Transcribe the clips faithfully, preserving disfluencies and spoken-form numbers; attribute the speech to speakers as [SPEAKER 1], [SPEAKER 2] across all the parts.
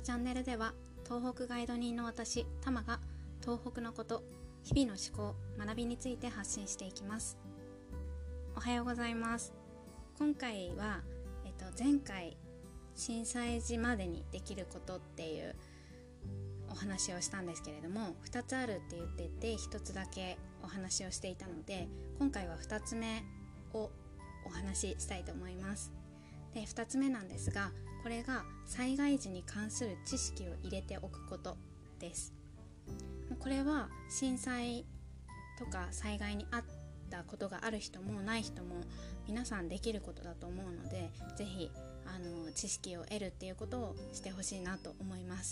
[SPEAKER 1] チャンネルでは東北ガイド人の私タマが東北のこと、日々の思考、学びについて発信していきます。おはようございます。今回は、えっと、前回震災時までにできることっていうお話をしたんですけれども、ふたつあるって言っててひとつだけお話をしていたので、今回はふたつめをお話ししたいと思います。で、ふたつめなんですが、これが災害時に関する知識を入れておくことです。これは震災とか災害にあったことがある人もない人も皆さんできることだと思うので、ぜひあの知識を得るっていうことをしてほしいなと思います。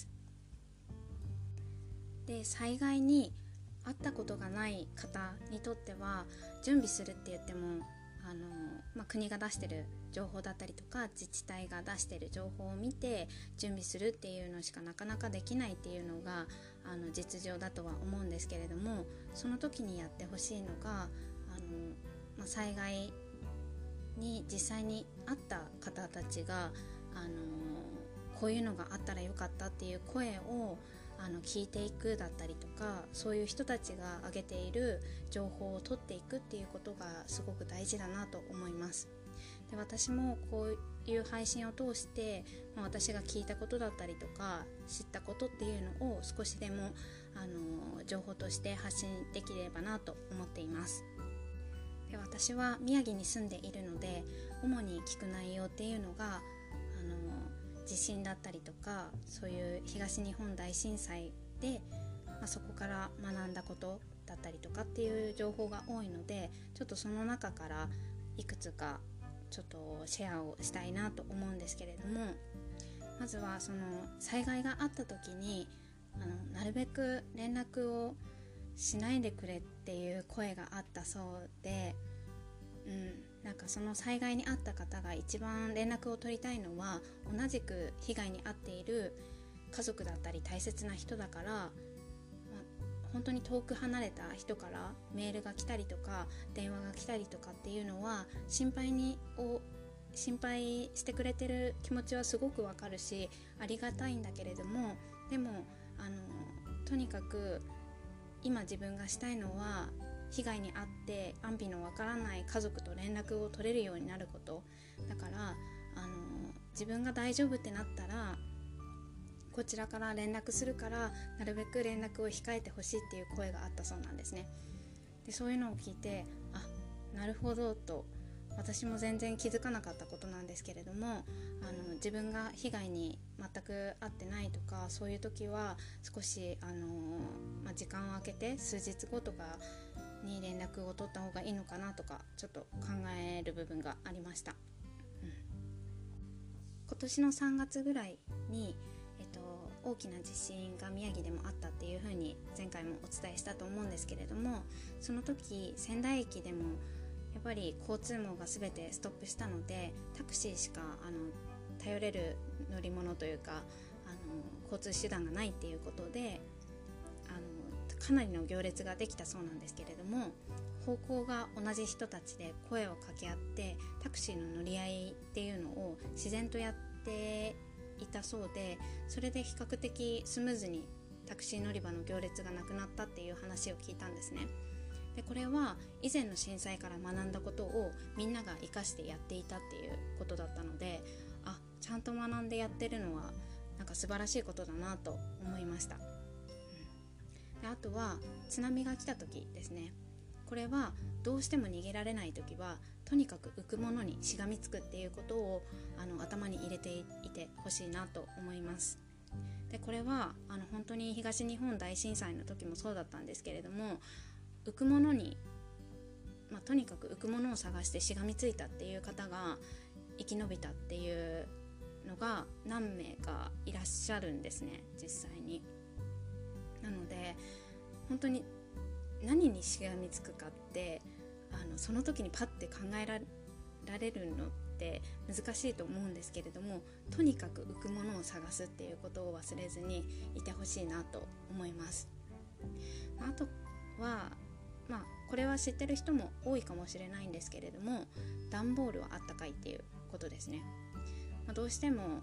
[SPEAKER 1] で、災害に遭ったことがない方にとっては、準備するって言ってもあの、まあ、国が出してる情報だったりとか自治体が出してる情報を見て準備するっていうのしかなかなかできないっていうのがあの実情だとは思うんですけれども、その時にやってほしいのがあの、まあ、災害に実際にあった方たちがあのこういうのがあったらよかったっていう声をあの聞いていくだったりとか、そういう人たちが上げている情報を取っていくっていうことがすごく大事だなと思います。で、私もこういう配信を通して、まあ、私が聞いたことだったりとか知ったことっていうのを少しでもあの情報として発信できればなと思っています。で、私は宮城に住んでいるので、主に聞く内容っていうのがあの地震だったりとか、そういう東日本大震災で、まあ、そこから学んだことだったりとかっていう情報が多いので、ちょっとその中からいくつかちょっとシェアをしたいなと思うんですけれども、まずはその災害があった時にあのなるべく連絡をしないでくれっていう声があったそうで、うん、なんかその災害に遭った方が一番連絡を取りたいのは、同じく被害に遭っている家族だったり大切な人だから、まあ、本当に遠く離れた人からメールが来たりとか電話が来たりとかっていうのは心配にを心配してくれてる気持ちはすごくわかるし、ありがたいんだけれども、でもあのとにかく今自分がしたいのは、被害に遭って安否のわからない家族と連絡を取れるようになることだから、あの自分が大丈夫ってなったらこちらから連絡するから、なるべく連絡を控えてほしいっていう声があったそうなんですね。で、そういうのを聞いて、あ、なるほどと、私も全然気づかなかったことなんですけれども、あの自分が被害に全く遭ってないとか、そういう時は少しあの、まあ、時間を空けて数日後とかに連絡を取った方がいいのかなとか、ちょっと考える部分がありました。うん、今年のさんがつぐらいに、えっと、大きな地震が宮城でもあったっていうふうに前回もお伝えしたと思うんですけれども、その時仙台駅でもやっぱり交通網が全てストップしたので、タクシーしかあの頼れる乗り物というかあの交通手段がないっていうことで、あのかなりの行列ができたそうなんですけれども、方向が同じ人たちで声を掛け合ってタクシーの乗り合いっていうのを自然とやっていたそうで、それで比較的スムーズにタクシー乗り場の行列がなくなったっていう話を聞いたんですね。で、これは以前の震災から学んだことをみんなが生かしてやっていたっていうことだったので、あ、ちゃんと学んでやってるのはなんか素晴らしいことだなと思いました。で、あとは津波が来た時ですね。これはどうしても逃げられない時は、とにかく浮くものにしがみつくっていうことをあの頭に入れていてほしいなと思います。で、これはあの本当に東日本大震災の時もそうだったんですけれども、浮くものに、まあ、とにかく浮くものを探してしがみついたっていう方が生き延びたっていうのが何名かいらっしゃるんですね、実際に。なので本当に何にしがみつくかってあのその時にパッて考えられるのって難しいと思うんですけれども、とにかく浮くものを探すっていうことを忘れずにいてほしいなと思います。あとはまあ、これは知ってる人も多いかもしれないんですけれども、段ボールはあったかいっていうことですね。まあ、どうしても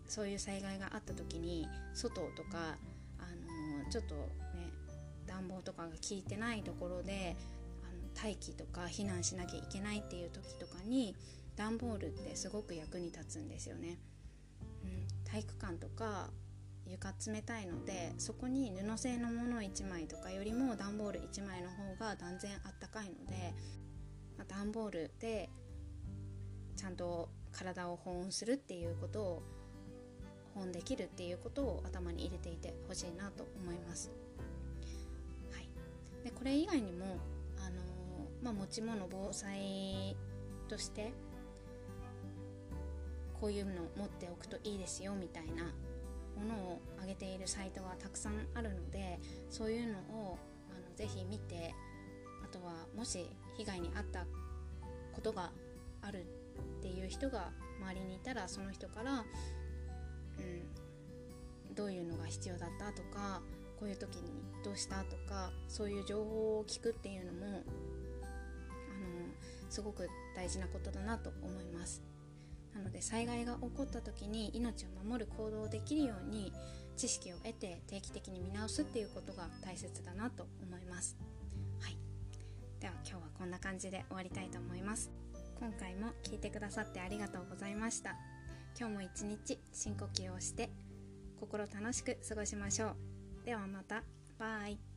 [SPEAKER 1] そういう災害があった時に外とかあのちょっとね暖房とかが効いてないところであの待機とか避難しなきゃいけないっていう時とかに段ボールってすごく役に立つんですよね、うん、体育館とか床冷たいので、そこに布製のものいちまいとかよりも段ボールいちまいの方が断然あったかいので、まあ、段ボールでちゃんと体を保温するっていうことを保温できるっていうことを頭に入れていてほしいなと思います、はい、でこれ以外にも、あのーまあ、持ち物防災としてこういうのを持っておくといいですよみたいなものを上げているサイトがたくさんあるので、そういうのをあのぜひ見て、あとはもし被害に遭ったことがあるっていう人が周りにいたら、その人から、うん、どういうのが必要だったとか、こういう時にどうしたとか、そういう情報を聞くっていうのもあのすごく大事なことだなと思います。なので災害が起こった時に命を守る行動をできるように知識を得て定期的に見直すっていうことが大切だなと思います。はい、では今日はこんな感じで終わりたいと思います。今回も聞いてくださってありがとうございました。今日も一日深呼吸をして心楽しく過ごしましょう。ではまた。バイ。